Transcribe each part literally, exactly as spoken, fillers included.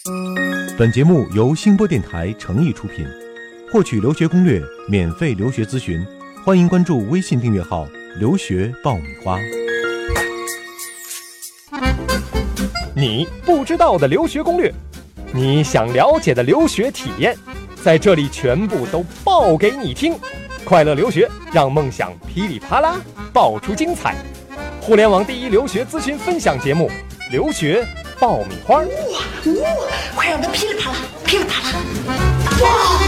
本节目由星波电台诚意出品，获取留学攻略、免费留学咨询，欢迎关注微信订阅号留学爆米花。 你不知道的留学攻略，你想了解的留学体验，在这里全部都爆给你听。快乐留学，让梦想噼里啪啦爆出精彩。互联网第一留学咨询分享节目，留学爆米花。 哇哇，快让它噼里啪啦噼里啪啦！哇！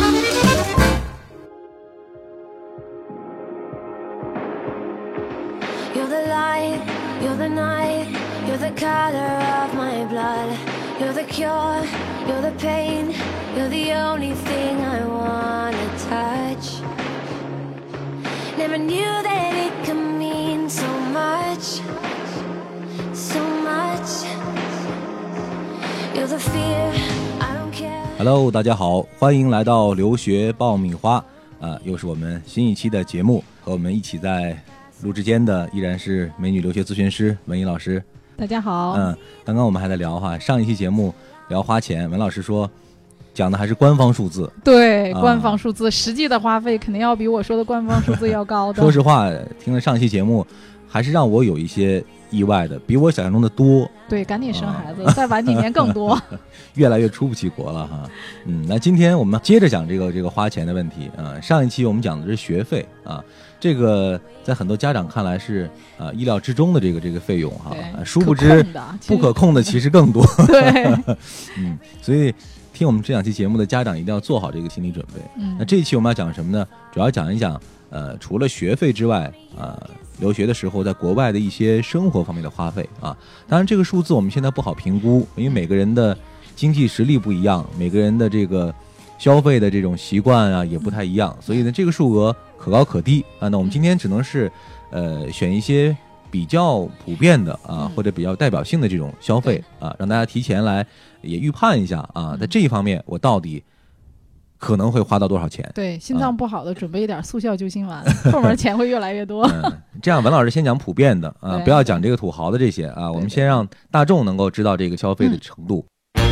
You're the light, you're the night, you're the color of my blood. You're the cure, you're the pain, you're the only thing I wanna touch. Never knew that it could mean so much, so much. You're the fear, I don't care. Hello， 大家好，欢迎来到留学爆米花啊、呃，又是我们新一期的节目，和我们一起在录制间的依然是美女留学咨询师文怡老师。 大家好。 嗯，刚刚我们还在聊哈，上一期节目聊花钱，文老师说讲的还是官方数字。 对， 啊、 官方数字，实际的花费肯定要比我说的官方数字要高的。 说实话，听了上一期节目，还是让我有一些意外的，比我想象中的多。 对，赶紧生孩子，啊、再晚几年更多。 越来越出不起国了哈。嗯，那今天我们接着讲这个这个花钱的问题啊。上一期我们讲的是学费啊，这个在很多家长看来是啊意料之中的这个这个费用哈，啊、殊不知不可控的其实更多。 对， 嗯，所以听我们这两期节目的家长一定要做好这个心理准备。 嗯， 那这一期我们要讲什么呢？主要讲一讲呃除了学费之外啊。呃留学的时候在国外的一些生活方面的花费啊，当然这个数字我们现在不好评估，因为每个人的经济实力不一样，每个人的这个消费的这种习惯啊也不太一样，所以呢这个数额可高可低啊。那我们今天只能是呃选一些比较普遍的啊或者比较代表性的这种消费啊，让大家提前来也预判一下啊，在这一方面我到底可能会花到多少钱？ 对，心脏不好的、嗯、准备一点速效救心丸，后面钱会越来越多。 嗯、这样，文老师先讲普遍的啊，不要讲这个土豪的这些啊，我们先让大众能够知道这个消费的程度。嗯、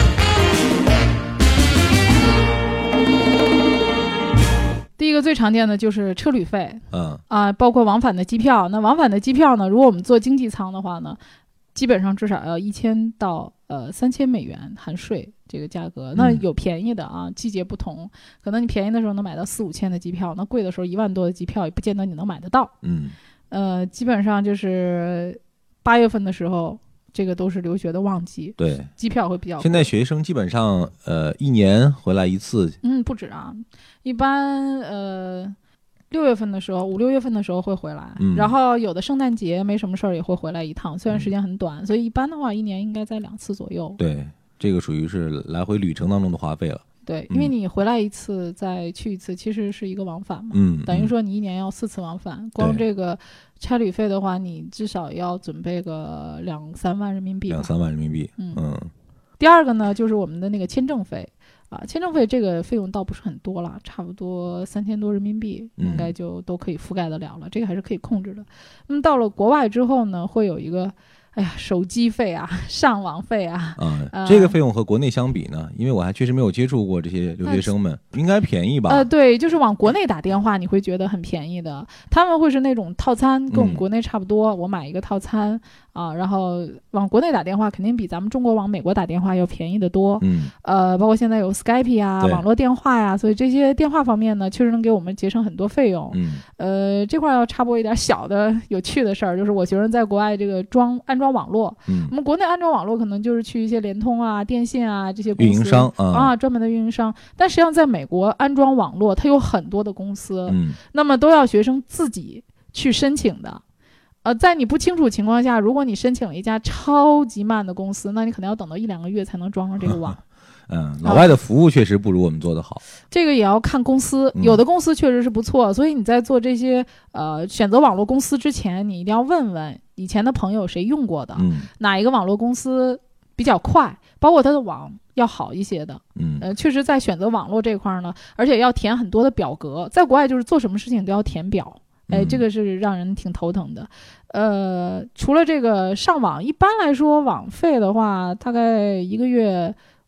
第一个最常见的就是车旅费， 嗯啊，包括往返的机票。那往返的机票呢，如果我们做经济舱的话呢，基本上至少要一千到呃三千美元含税。这个价格，那有便宜的啊，嗯、季节不同，可能你便宜的时候能买到四五千的机票，那贵的时候一万多的机票也不见得你能买得到。 嗯， 呃，基本上就是八月份的时候，这个都是留学的旺季， 对， 机票会比较贵。 现在学生基本上呃一年回来一次， 嗯，不止啊，一般呃六月份的时候，五六月份的时候会回来， 嗯、然后有的圣诞节没什么事儿也会回来一趟，虽然时间很短，嗯、所以一般的话一年应该在两次左右。 对。这个属于是来回旅程当中的花费了。 对，因为你回来一次、嗯、再去一次，其实是一个往返嘛。 嗯， 等于说你一年要四次往返，光这个差旅费的话，你至少要准备个两三万人民币。 两三万人民币。嗯。嗯第二个呢，就是我们的那个签证费啊，签证费这个费用倒不是很多了，差不多三千多人民币，应该就都可以覆盖得了了。嗯、这个还是可以控制的。那么到了国外之后呢，会有一个。哎呀，手机费啊，上网费啊， 啊、呃，这个费用和国内相比呢，因为我还确实没有接触过这些留学生们，呃、应该便宜吧？ 呃，对，就是往国内打电话，你会觉得很便宜的。他们会是那种套餐，跟我们国内差不多。嗯、我买一个套餐啊，然后往国内打电话，肯定比咱们中国往美国打电话要便宜得多。 嗯， 呃，包括现在有 Skype 啊，网络电话呀、啊，所以这些电话方面呢，确实能给我们节省很多费用。 嗯， 呃，这块要插播一点小的有趣的事儿，就是我学生在国外这个装安装网络。 嗯， 我们国内安装网络可能就是去一些联通啊、电信啊这些公司运营商、嗯、 啊，专门的运营商。但实际上在美国安装网络，它有很多的公司， 嗯， 那么都要学生自己去申请的。呃，在你不清楚情况下，如果你申请了一家超级慢的公司，那你可能要等到一两个月才能装上这个网。 嗯，老外的服务确实不如我们做得好， 这个也要看公司，有的公司确实是不错，嗯、所以你在做这些呃选择网络公司之前，你一定要问问以前的朋友谁用过的， 嗯、 哪一个网络公司比较快，包括它的网要好一些的。 嗯， 呃，确实在选择网络这块呢，而且要填很多的表格，在国外就是做什么事情都要填表。哎，这个是让人挺头疼的。呃，除了这个上网，一般来说网费的话，大概一个月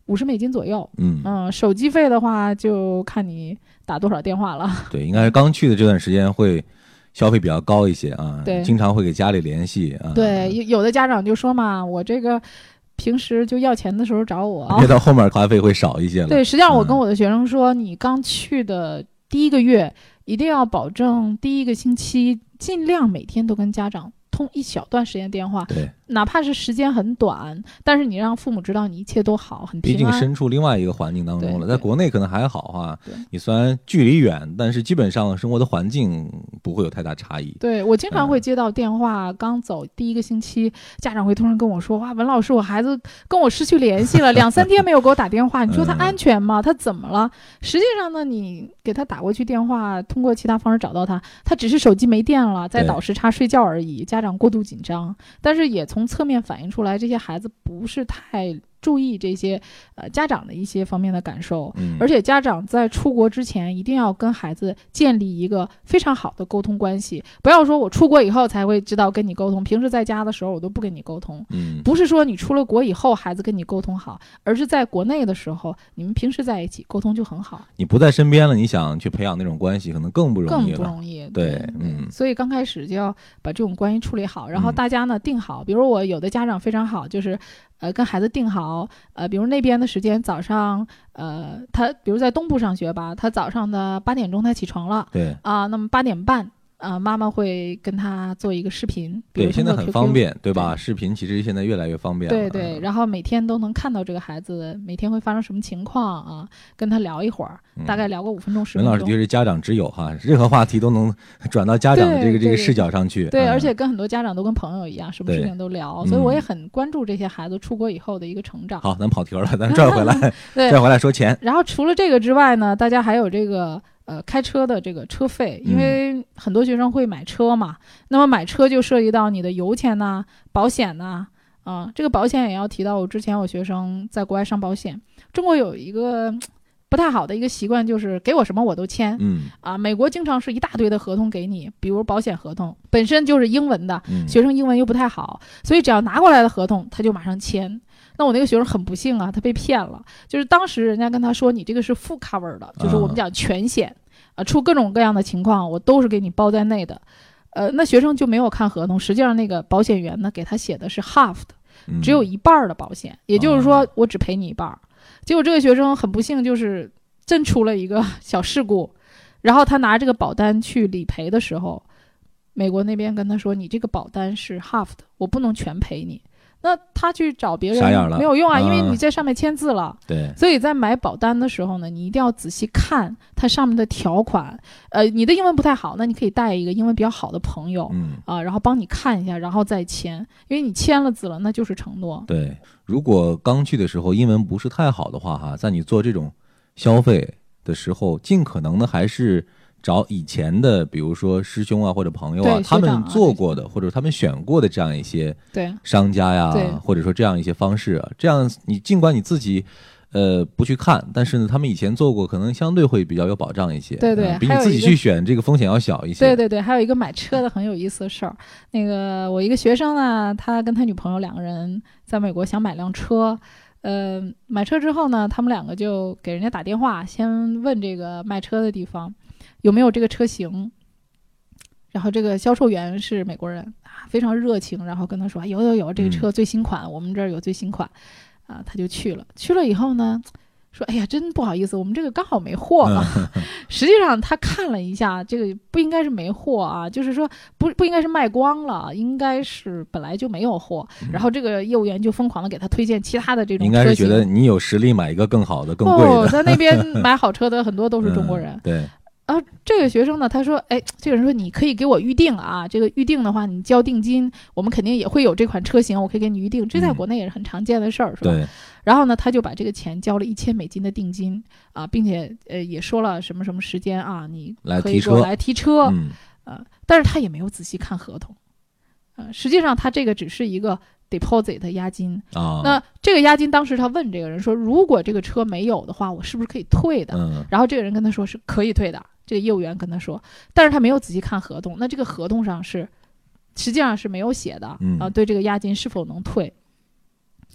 五十美金左右。 嗯嗯，手机费的话就看你打多少电话了。 对，应该是刚去的这段时间会消费比较高一些啊， 对， 经常会给家里联系啊。 对，有的家长就说嘛，我这个平时就要钱的时候找我， 越到后面花费会少一些了。 对，实际上我跟我的学生说，嗯、你刚去的第一个月，一定要保证第一个星期尽量每天都跟家长通一小段时间电话， 对， 哪怕是时间很短，但是你让父母知道你一切都好，很平安。 毕竟身处另外一个环境当中了，在国内可能还好哈，你虽然距离远，但是基本上生活的环境不会有太大差异。 对，我经常会接到电话，嗯、刚走第一个星期，家长会突然跟我说：“哇，文老师，我孩子跟我失去联系了，两三天没有给我打电话，你说他安全吗？他怎么了？”实际上呢，你给他打过去电话，通过其他方式找到他，他只是手机没电了，在倒时差睡觉而已。家长过度紧张，但是也从侧面反映出来，这些孩子不是太注意这些呃家长的一些方面的感受， 嗯， 而且家长在出国之前一定要跟孩子建立一个非常好的沟通关系，不要说我出国以后才会知道跟你沟通，平时在家的时候我都不跟你沟通， 嗯， 不是说你出了国以后孩子跟你沟通好，而是在国内的时候你们平时在一起沟通就很好。 你不在身边了，你想去培养那种关系可能更不容易了， 更不容易。 对， 对嗯， 所以刚开始就要把这种关系处理好，然后大家呢定好，比如我有的家长非常好，就是呃跟孩子定好，呃比如那边的时间早上，呃他比如在东部上学吧，他早上的八点钟他起床了， 对啊，那么八点半。啊、呃，妈妈会跟他做一个视频， 对，现在很方便，对吧？ 对， 视频其实现在越来越方便了， 对对。然后每天都能看到这个孩子每天会发生什么情况啊，跟他聊一会儿，嗯、大概聊个五分钟十分钟。 文老师就是家长之友哈，任何话题都能转到家长的这个这个视角上去。 对， 嗯、 而且跟很多家长都跟朋友一样，什么事情都聊，所以我也很关注这些孩子出国以后的一个成长。 好，咱跑题了，咱转回来， 对， 转回来说钱。 然后除了这个之外呢，大家还有这个。呃，开车的这个车费，因为很多学生会买车嘛，嗯、那么买车就涉及到你的油钱呐、啊、保险呐，啊，这个保险也要提到。我之前有学生在国外上保险，中国有一个不太好的一个习惯，就是给我什么我都签， 嗯， 啊，美国经常是一大堆的合同给你，比如保险合同本身就是英文的， 嗯、 学生英文又不太好，所以只要拿过来的合同，他就马上签。那我那个学生很不幸啊，他被骗了。就是当时人家跟他说，你这个是 full cover 的，就是我们讲全险啊、呃，出各种各样的情况，我都是给你包在内的。呃，那学生就没有看合同，实际上那个保险员呢给他写的是 half 的，只有一半的保险，嗯、也就是说我只赔你一半。结果这个学生很不幸，就是真出了一个小事故，然后他拿这个保单去理赔的时候，美国那边跟他说，你这个保单是 half 的，我不能全赔你。那他去找别人没有用啊，因为你在上面签字了。 对， 所以在买保单的时候呢，你一定要仔细看它上面的条款。呃，你的英文不太好，那你可以带一个英文比较好的朋友， 嗯啊、呃，然后帮你看一下，然后再签，因为你签了字了，那就是承诺。 对，如果刚去的时候英文不是太好的话，哈，在你做这种消费的时候，尽可能的还是找以前的，比如说师兄啊或者朋友啊，他们做过的或者他们选过的这样一些商家呀，或者说这样一些方式啊，这样你尽管你自己呃不去看，但是呢，他们以前做过，可能相对会比较有保障一些。 对对， 嗯、比你自己去选这个风险要小一些。 对对对，还有一个买车的很有意思的事儿。那个我一个学生呢，他跟他女朋友两个人在美国想买辆车。呃，买车之后呢，他们两个就给人家打电话，先问这个卖车的地方有没有这个车型。然后这个销售员是美国人啊，非常热情，然后跟他说有有有，这个车最新款，嗯、我们这儿有最新款，啊，他就去了。去了以后呢，说哎呀，真不好意思，我们这个刚好没货了。嗯、实际上他看了一下，这个不应该是没货啊，就是说不不应该是卖光了，应该是本来就没有货。嗯、然后这个业务员就疯狂的给他推荐其他的这种车型。应该是觉得你有实力买一个更好的、更贵的。 哦，在那边买好车的很多都是中国人。 嗯、对。 然后这个学生呢，他说：“哎，这个人说你可以给我预定啊，这个预定的话，你交定金，我们肯定也会有这款车型，我可以给你预定。这在国内也是很常见的事儿， 嗯、 是吧？” 对。 然后呢，他就把这个钱交了一千美金的定金啊，并且呃也说了什么什么时间啊，你可以过来提车， 嗯， 呃，但是他也没有仔细看合同，呃，实际上他这个只是一个 deposit 的押金啊。 那这个押金当时他问这个人说，如果这个车没有的话，我是不是可以退的？ 嗯。 然后这个人跟他说是可以退的。这个业务员跟他说，但是他没有仔细看合同，那这个合同上是实际上是没有写的， 嗯、 啊，对这个押金是否能退。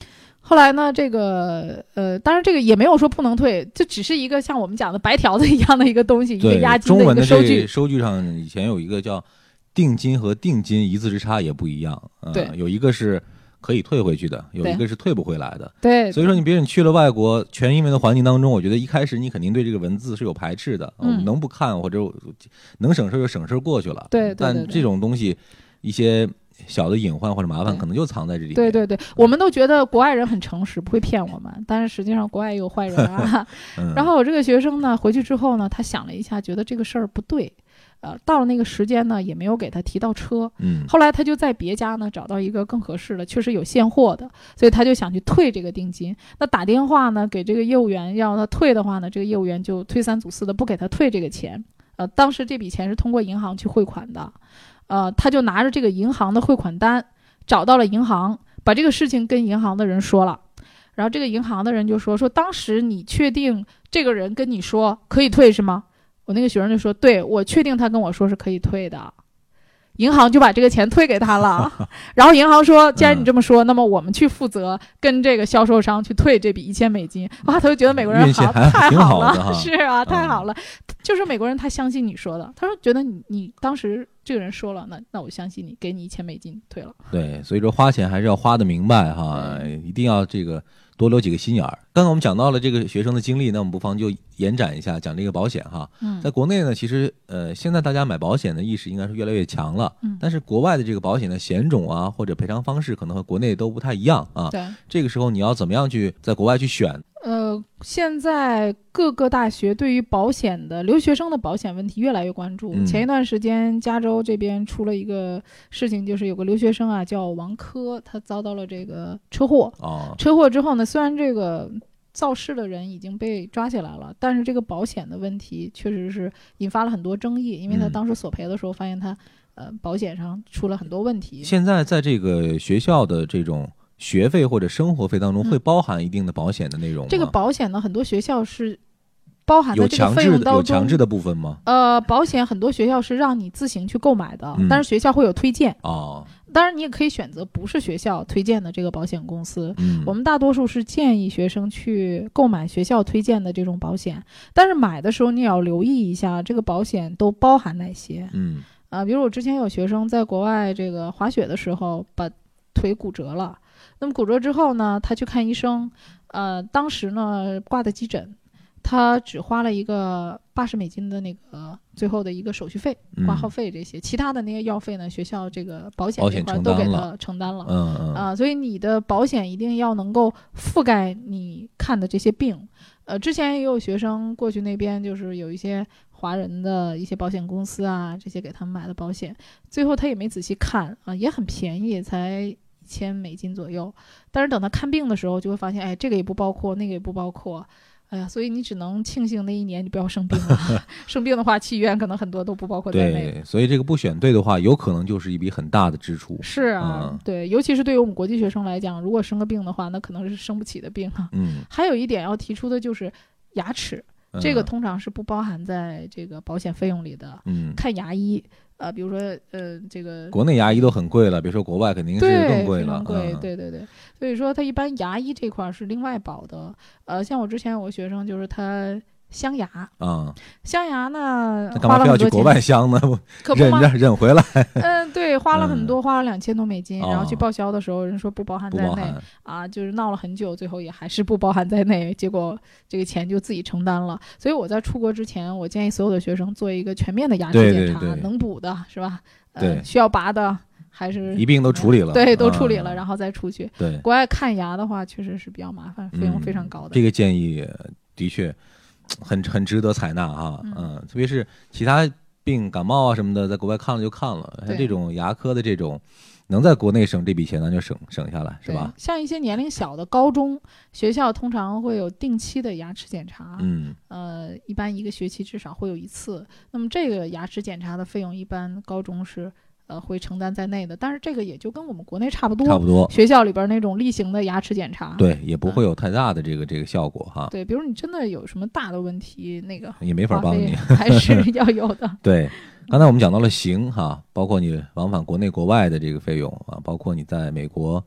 后来呢，这个呃，当然这个也没有说不能退，这只是一个像我们讲的白条子一样的一个东西，一个押金的一个收据。 中文的这收据上以前有一个叫定金和定金一字之差也不一样，呃、 对， 有一个是可以退回去的，有一个是退不回来的。 对， 所以说你别人去了外国全英文的环境当中，我觉得一开始你肯定对这个文字是有排斥的，嗯、能不看或者能省事就省事过去了。 对，对对对， 但这种东西一些小的隐患或者麻烦可能就藏在这里面。 对对对，我们都觉得国外人很诚实，不会骗我们，但是实际上国外也有坏人啊。嗯、然后我这个学生呢，回去之后呢，他想了一下，觉得这个事儿不对。呃，到了那个时间呢，也没有给他提到车。 嗯， 后来他就在别家呢找到一个更合适的，确实有现货的，所以他就想去退这个定金。那打电话呢给这个业务员要他退的话呢，这个业务员就推三阻四的不给他退这个钱。呃，当时这笔钱是通过银行去汇款的，呃，他就拿着这个银行的汇款单找到了银行，把这个事情跟银行的人说了。然后这个银行的人就说说当时你确定这个人跟你说可以退是吗？我那个学生就说，对，我确定他跟我说是可以退的，银行就把这个钱退给他了。然后银行说，既然你这么说，嗯、那么我们去负责跟这个销售商去退这笔一千美金。哇，他就觉得美国人好，太好了，是啊，太好了。嗯、就是美国人他相信你说的，他说觉得你你当时这个人说了，那那我相信你，给你一千美金退了。 对，所以说花钱还是要花的明白哈，一定要这个多留几个心眼儿。刚刚我们讲到了这个学生的经历，那我们不妨就延展一下，讲这个保险哈。嗯，在国内呢，其实呃，现在大家买保险的意识应该是越来越强了。嗯，但是国外的这个保险的险种啊，或者赔偿方式，可能和国内都不太一样啊。 对， 这个时候你要怎么样去在国外去选？ 呃，现在各个大学对于保险的留学生的保险问题越来越关注。嗯、前一段时间，加州这边出了一个事情，就是有个留学生啊，叫王珂，他遭到了这个车祸。哦，车祸之后呢，虽然这个肇事的人已经被抓起来了，但是这个保险的问题确实是引发了很多争议，因为他当时索赔的时候发现他、嗯、呃保险上出了很多问题。 现在在这个学校的这种学费或者生活费当中会包含一定的保险的内容吗？ 嗯、这个保险呢，很多学校是包含在这个费用当中。 有强制的部分吗？ 呃，保险很多学校是让你自行去购买的，嗯、但是学校会有推荐。哦，当然你也可以选择不是学校推荐的这个保险公司。嗯，我们大多数是建议学生去购买学校推荐的这种保险，但是买的时候你也要留意一下这个保险都包含哪些。嗯，啊、呃，比如我之前有学生在国外这个滑雪的时候把腿骨折了。那么骨折之后呢，他去看医生，呃，当时呢挂的急诊，他只花了一个八十美金的那个最后的一个手续费、挂号费这些，嗯、其他的那些药费呢，学校这个保险这块都给他承担了。嗯嗯啊、呃，所以你的保险一定要能够覆盖你看的这些病。呃，之前也有学生过去那边，就是有一些华人的一些保险公司啊，这些给他们买的保险，最后他也没仔细看啊、呃，也很便宜，才一千美金左右，但是等他看病的时候就会发现，哎，这个也不包括，那个也不包括，哎呀，所以你只能庆幸那一年你不要生病了。生病的话，去医院可能很多都不包括在内。 对，所以这个不选对的话，有可能就是一笔很大的支出。 是啊，嗯、对，尤其是对于我们国际学生来讲，如果生个病的话，那可能是生不起的病啊。嗯，还有一点要提出的就是牙齿，这个通常是不包含在这个保险费用里的。嗯，看牙医。呃，比如说，呃，这个国内牙医都很贵了，别说国外肯定是更贵了， 贵，对对对，所以说他一般牙医这块是另外保的。呃，像我之前有个学生，就是他镶牙啊，嗯、镶牙呢， 干嘛非要去国外镶呢？ 可不吗？ 忍忍回来。 嗯，对，花了很多，嗯、花了两千多美金，然后去报销的时候，人说不包含在内啊，就是闹了很久，最后也还是不包含在内，结果这个钱就自己承担了。所以我在出国之前，我建议所有的学生做一个全面的牙齿检查， 对对对， 能补的是吧？ 对、 呃，需要拔的还是一并都处理了， 对，都处理了，嗯、然后再出去。 对， 国外看牙的话，确实是比较麻烦，费用非常高的。 嗯、这个建议的确。很很值得采纳哈，嗯，嗯，特别是其他病感冒啊什么的，在国外看了就看了，像这种牙科的这种，能在国内省这笔钱，咱就省省下来，是吧？ 像一些年龄小的高中学校，通常会有定期的牙齿检查，嗯，呃，一般一个学期至少会有一次。那么这个牙齿检查的费用，一般高中是。呃，会承担在内的，但是这个也就跟我们国内差不多， 差不多。 学校里边那种例行的牙齿检查， 对，也不会有太大的这个、嗯、这个效果哈。 对，比如你真的有什么大的问题，那个也没法帮你， 还是要有的。 对，刚才我们讲到了行哈，包括你往返国内国外的这个费用啊，包括你在美国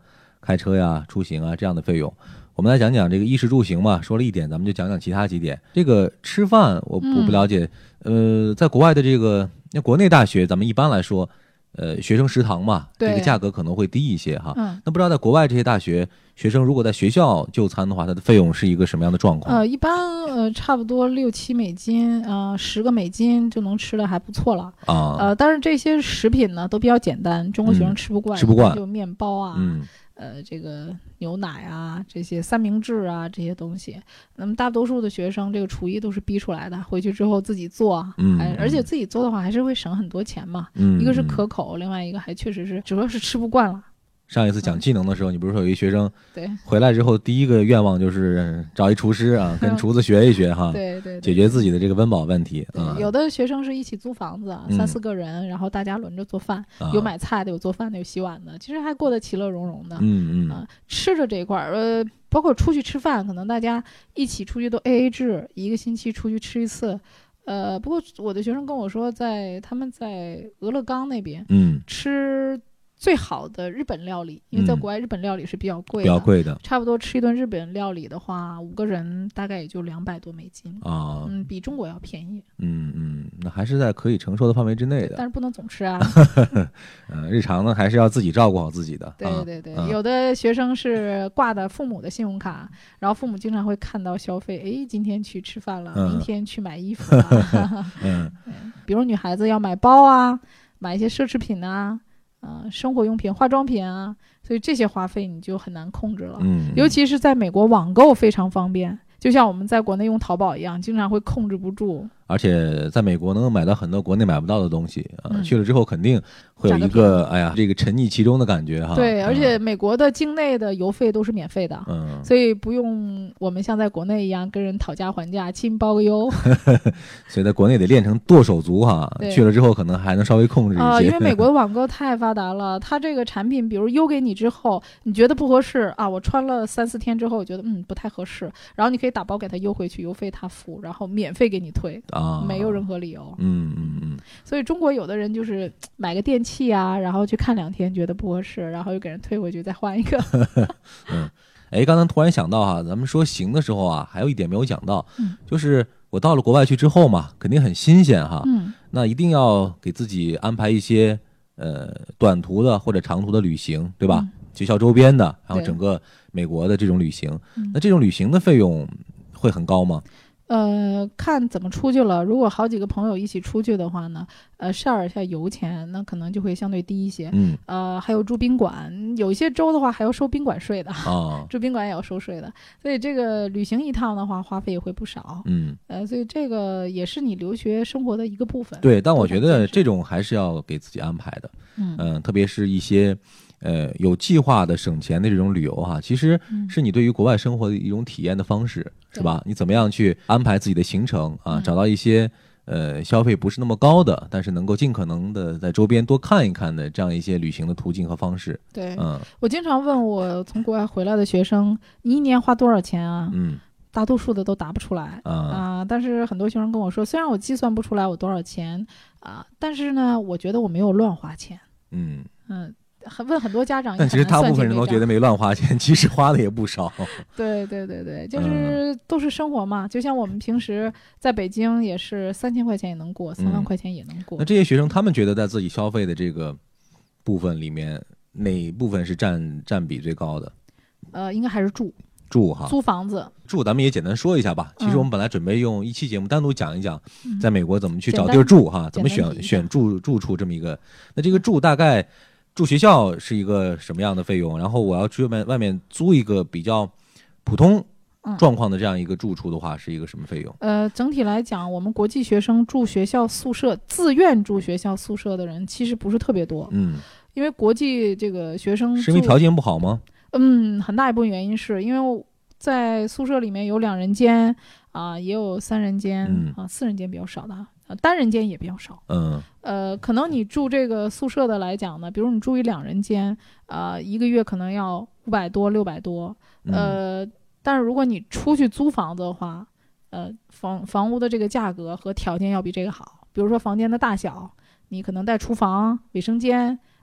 开车呀、出行啊这样的费用。我们来讲讲这个衣食住行嘛，说了一点，咱们就讲讲其他几点。这个吃饭我我不了解，嗯、呃，在国外的这个那国内大学，咱们一般来说，呃，学生食堂嘛，这个价格可能会低一些哈。嗯。那不知道在国外这些大学学生如果在学校就餐的话，它的费用是一个什么样的状况？ 呃，一般呃差不多六七美金，呃，十个美金就能吃的还不错了啊。呃，但是这些食品呢都比较简单，中国学生吃不惯， 嗯、吃不惯， 就面包啊。 嗯。 呃，这个牛奶啊，这些三明治啊，这些东西，那么大多数的学生，这个厨艺都是逼出来的，回去之后自己做， 嗯， 还而且自己做的话，还是会省很多钱嘛。 嗯， 一个是可口，另外一个还确实是，主要是吃不惯了。 上一次讲技能的时候，嗯、你不是说有一学生对回来之后第一个愿望就是找一厨师啊，跟厨子学一学哈， 对 对, 对， 解决自己的这个温饱问题。 嗯，有的学生是一起租房子， 嗯、 三四个人，然后大家轮着做饭，嗯、有买菜的，有做饭的，有洗碗的，其实还过得其乐融融的。 嗯嗯、 呃，吃着这一块儿，呃，包括出去吃饭，可能大家一起出去都 A A 制，一个星期出去吃一次。呃，不过我的学生跟我说在，在他们在俄勒冈那边， 嗯， 吃最好的日本料理，因为在国外日本料理是比较贵的， 比较贵的， 差不多吃一顿日本料理的话，五个人大概也就两百多美金啊， 嗯，比中国要便宜。 嗯嗯，那还是在可以承受的范围之内的， 但是不能总吃啊。 嗯，日常呢还是要自己照顾好自己的。 对对对， 啊、 有的学生是挂的父母的信用卡，然后父母经常会看到消费，哎，今天去吃饭了， 嗯、 明天去买衣服了。 嗯， 比如女孩子要买包啊，买一些奢侈品啊。呃，生活用品、化妆品啊，所以这些花费你就很难控制了。 嗯， 尤其是在美国，网购非常方便，就像我们在国内用淘宝一样，经常会控制不住。 而且在美国能够买到很多国内买不到的东西啊、呃嗯，去了之后肯定会有一个哎呀这个沉溺其中的感觉哈。 对，而且美国的境内的邮费都是免费的，嗯，所以不用我们像在国内一样跟人讨价还价，亲包个邮。 所以在国内得练成剁手族哈，去了之后可能还能稍微控制一些。啊、 呃，因为美国的网购太发达了，它这个产品比如邮给你之后，你觉得不合适啊，我穿了三四天之后，我觉得嗯不太合适，然后你可以打包给他邮回去，邮费他付，然后免费给你退。啊，没有任何理由。 嗯嗯嗯。 所以中国有的人就是买个电器啊，然后去看两天，觉得不合适，然后又给人退回去，再换一个。 嗯，哎，刚才突然想到哈，咱们说行的时候啊，还有一点没有讲到， 嗯、 就是我到了国外去之后嘛，肯定很新鲜哈。 嗯。 那一定要给自己安排一些呃短途的或者长途的旅行，对吧？嗯、学校周边的，然后整个美国的这种旅行，那这种旅行的费用会很高吗？ 呃，看怎么出去了。如果好几个朋友一起出去的话呢，呃，share一下油钱，那可能就会相对低一些。 嗯， 呃，还有住宾馆，有一些州的话还要收宾馆税的。 哦， 住宾馆也要收税的，所以这个旅行一趟的话，花费也会不少。 嗯， 呃，所以这个也是你留学生活的一个部分。 对，但我觉得这种还是要给自己安排的。 嗯， 呃、特别是一些。呃，有计划的省钱的这种旅游哈，其实是你对于国外生活的一种体验的方式，嗯、是吧？你怎么样去安排自己的行程啊？ 嗯、 找到一些呃消费不是那么高的，但是能够尽可能的在周边多看一看的这样一些旅行的途径和方式。 对， 嗯， 我经常问我从国外回来的学生，你一年花多少钱啊？ 嗯， 大多数的都答不出来啊、呃，但是很多学生跟我说，虽然我计算不出来我多少钱啊、呃，但是呢，我觉得我没有乱花钱。 嗯嗯。问很多家长， 但其实大部分人都觉得没乱花钱，其实花的也不少。 对对对对，就是都是生活嘛，嗯、就像我们平时在北京也是三千块钱也能过，三万块钱也能过。 嗯、那这些学生他们觉得在自己消费的这个部分里面，哪部分是占占比最高的？ 呃，应该还是住住哈， 租房子住，咱们也简单说一下吧。其实我们本来准备用一期节目单独讲一讲， 嗯、 在美国怎么去找地儿住哈，怎么选选住住处这么一个。那这个住大概。住学校是一个什么样的费用？然后我要去外面外面租一个比较普通状况的这样一个住处的话，是一个什么费用？ 呃，整体来讲，我们国际学生住学校宿舍，自愿住学校宿舍的人其实不是特别多。 嗯， 因为国际这个学生是因为条件不好吗？ 嗯，很大一部分原因是因为在宿舍里面有两人间啊、呃，也有三人间、 嗯、 啊，四人间比较少的。单人间也比较少， 嗯， 呃，可能你住这个宿舍的来讲呢，比如你住一两人间，呃，一个月可能要五百多、六百多，呃，嗯、但是如果你出去租房子的话，呃，房房屋的这个价格和条件要比这个好，比如说房间的大小，你可能带厨房、卫生间，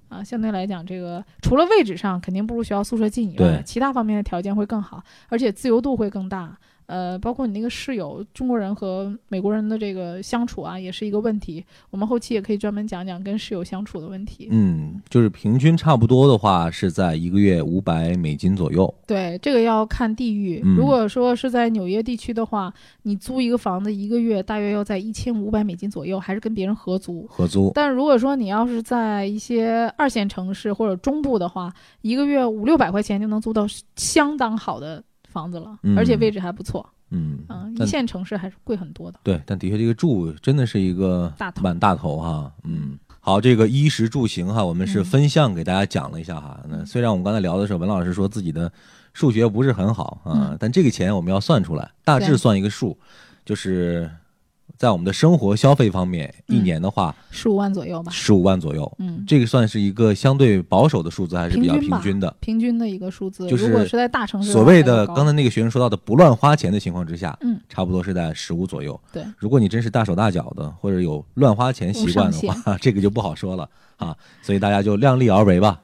啊，相对来讲，这个除了位置上肯定不如学校宿舍近以外，其他方面的条件会更好，而且自由度会更大。呃，包括你那个室友，中国人和美国人的这个相处啊，也是一个问题。我们后期也可以专门讲讲跟室友相处的问题。 嗯，就是平均差不多的话，是在一个月五百美金左右。 对，这个要看地域。嗯、如果说是在纽约地区的话，你租一个房子一个月大约要在一千五百美金左右，还是跟别人合租。 合租。 但如果说你要是在一些二线城市或者中部的话，一个月五六百块钱就能租到相当好的房子了，嗯、而且位置还不错。嗯嗯，一线城市还是贵很多的。 对，但的确这个住真的是一个大头， 蛮大头哈。嗯，好，这个衣食住行哈，我们是分项给大家讲了一下哈。嗯、那虽然我们刚才聊的时候，文老师说自己的数学不是很好啊，嗯、但这个钱我们要算出来，大致算一个数，就是在我们的生活消费方面，嗯、一年的话， 十五万左右吧， 十五万左右。嗯，这个算是一个相对保守的数字，还是比较平均的， 平均的一个数字。 就是如果是在大城市， 所谓的刚才那个学生说到的不乱花钱的情况之下， 嗯， 差不多是在十五左右。 对， 如果你真是大手大脚的，或者有乱花钱习惯的话，这个就不好说了啊。所以大家就量力而为吧。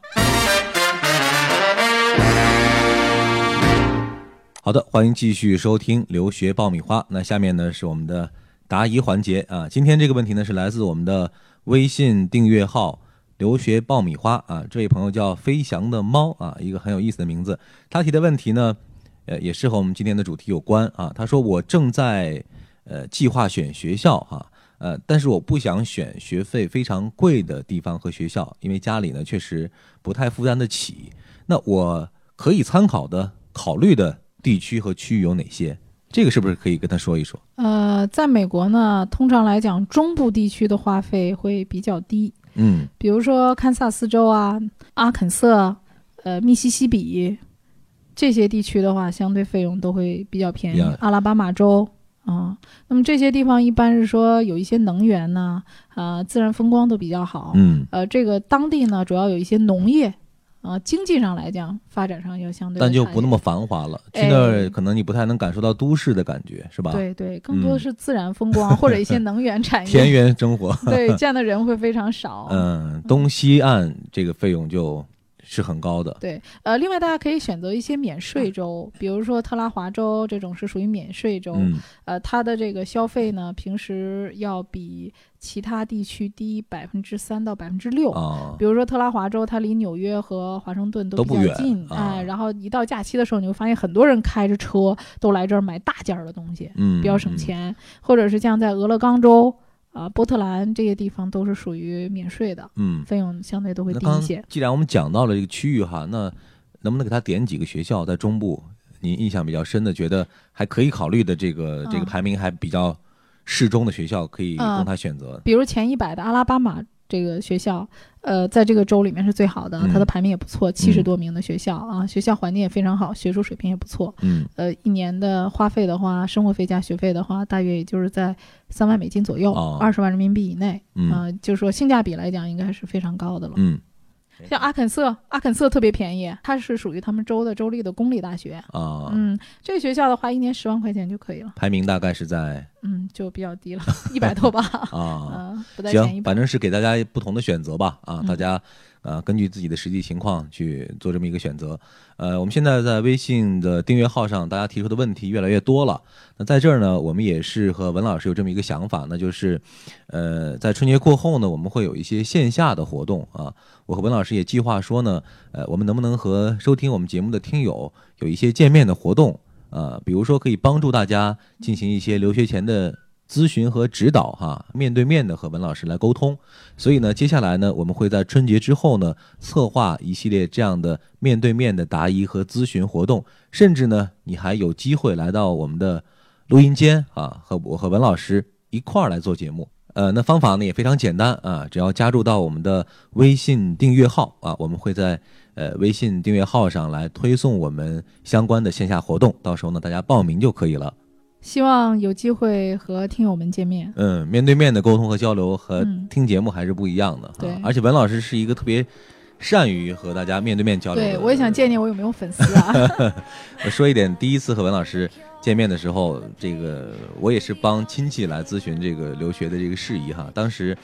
好的，欢迎继续收听留学爆米花。那下面呢是我们的答疑环节啊，今天这个问题呢是来自我们的微信订阅号留学爆米花啊，这位朋友叫飞翔的猫啊，一个很有意思的名字。他提的问题呢，呃，也是和我们今天的主题有关啊。他说我正在呃计划选学校哈、啊，呃，但是我不想选学费非常贵的地方和学校，因为家里呢确实不太负担得起。那我可以参考的、考虑的地区和区域有哪些？这个是不是可以跟他说一说？ 呃，在美国呢，通常来讲，中部地区的花费会比较低。 嗯， 比如说堪萨斯州啊、阿肯色、呃、密西西比这些地区的话，相对费用都会比较便宜。阿拉巴马州啊、呃，那么这些地方一般是说有一些能源呢，啊、呃，自然风光都比较好。 嗯， 呃，这个当地呢，主要有一些农业。啊、呃，经济上来讲，发展上要相对， 但就不那么繁华了。去那儿可能你不太能感受到都市的感觉，哎、是吧？ 对对，更多的是自然风光、嗯、或者一些能源产业、 田园生活。 对，这样的人会非常少。 嗯，东西岸这个费用就是很高的。 对，呃，另外大家可以选择一些免税州，比如说特拉华州这种是属于免税州， 嗯、 呃，它的这个消费呢，平时要比其他地区低百分之三到百分之六。比如说特拉华州，它离纽约和华盛顿都比较近，哎、呃，然后一到假期的时候，你会发现很多人开着车都来这儿买大件的东西， 嗯， 比较省钱。嗯、或者是像在俄勒冈州。啊、呃，波特兰这些地方都是属于免税的， 嗯， 费用相对都会低一些。 既然我们讲到了这个区域哈，那能不能给他点几个学校在中部，您印象比较深的，觉得还可以考虑的这个、嗯、这个排名还比较适中的学校，可以供他选择、 嗯？比如前一百的阿拉巴马这个学校，呃，在这个州里面是最好的， 嗯、 它的排名也不错，七十多名的学校、嗯、啊，学校环境也非常好，学术水平也不错。 嗯， 呃，一年的花费的话，生活费加学费的话，大约也就是在三万美金左右，二十、哦、万人民币以内。 嗯， 呃，就是说性价比来讲，应该是非常高的了。 嗯。 像阿肯色，阿肯色特别便宜，它是属于他们州的州立的公立大学啊。 嗯，这个学校的话，一年十万块钱就可以了。 排名大概是在嗯，就比较低了，一百多吧。 啊， 嗯，不在前一百。 行，反正是给大家不同的选择吧。啊， 嗯、 大家呃根据自己的实际情况去做这么一个选择。呃，我们现在在微信的订阅号上，大家提出的问题越来越多了。那在这儿呢，我们也是和文老师有这么一个想法，那就是，呃，在春节过后呢，我们会有一些线下的活动啊。我和文老师也计划说呢，呃，我们能不能和收听我们节目的听友有一些见面的活动啊？比如说可以帮助大家进行一些留学前的咨询和指导哈，面对面的和文老师来沟通。所以呢，接下来呢，我们会在春节之后呢，策划一系列这样的面对面的答疑和咨询活动，甚至呢，你还有机会来到我们的录音间啊，和我和文老师一块儿来做节目。呃，那方法呢也非常简单啊，只要加入到我们的微信订阅号啊，我们会在呃微信订阅号上来推送我们相关的线下活动，到时候呢大家报名就可以了。 希望有机会和听友们见面。 嗯，面对面的沟通和交流和听节目还是不一样的。 对、 嗯啊，而且文老师是一个特别善于和大家面对面交流的。 对，我也想见见我有没有粉丝啊。 我说一点，第一次和文老师见面的时候，这个我也是帮亲戚来咨询这个留学的这个事宜哈。当时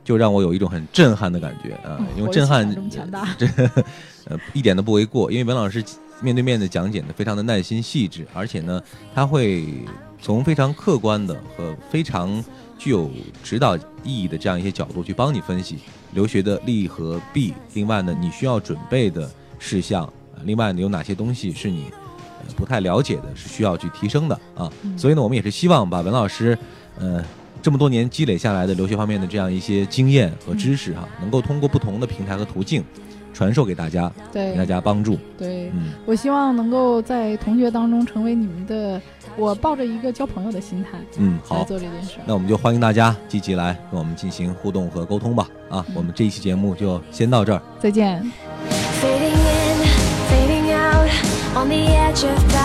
就让我有一种很震撼的感觉啊， 嗯因为震撼这么强大， 这呃一点都不为过，因为文老师面对面的讲解呢，非常的耐心细致，而且呢，他会从非常客观的和非常具有指导意义的这样一些角度去帮你分析留学的利和弊，另外呢，你需要准备的事项，另外呢，有哪些东西是你呃不太了解的，是需要去提升的啊。 嗯、 所以呢，我们也是希望把文老师呃这么多年积累下来的留学方面的这样一些经验和知识哈、啊，能够通过不同的平台和途径传授给大家， 对， 给大家帮助。 对、 嗯， 我希望能够在同学当中成为你们的，我抱着一个交朋友的心态， 嗯，好， 来做这件事。 那我们就欢迎大家积极来跟我们进行互动和沟通吧。啊，嗯、我们这一期节目就先到这儿， 再见。 Fading in, fading out, on the edge of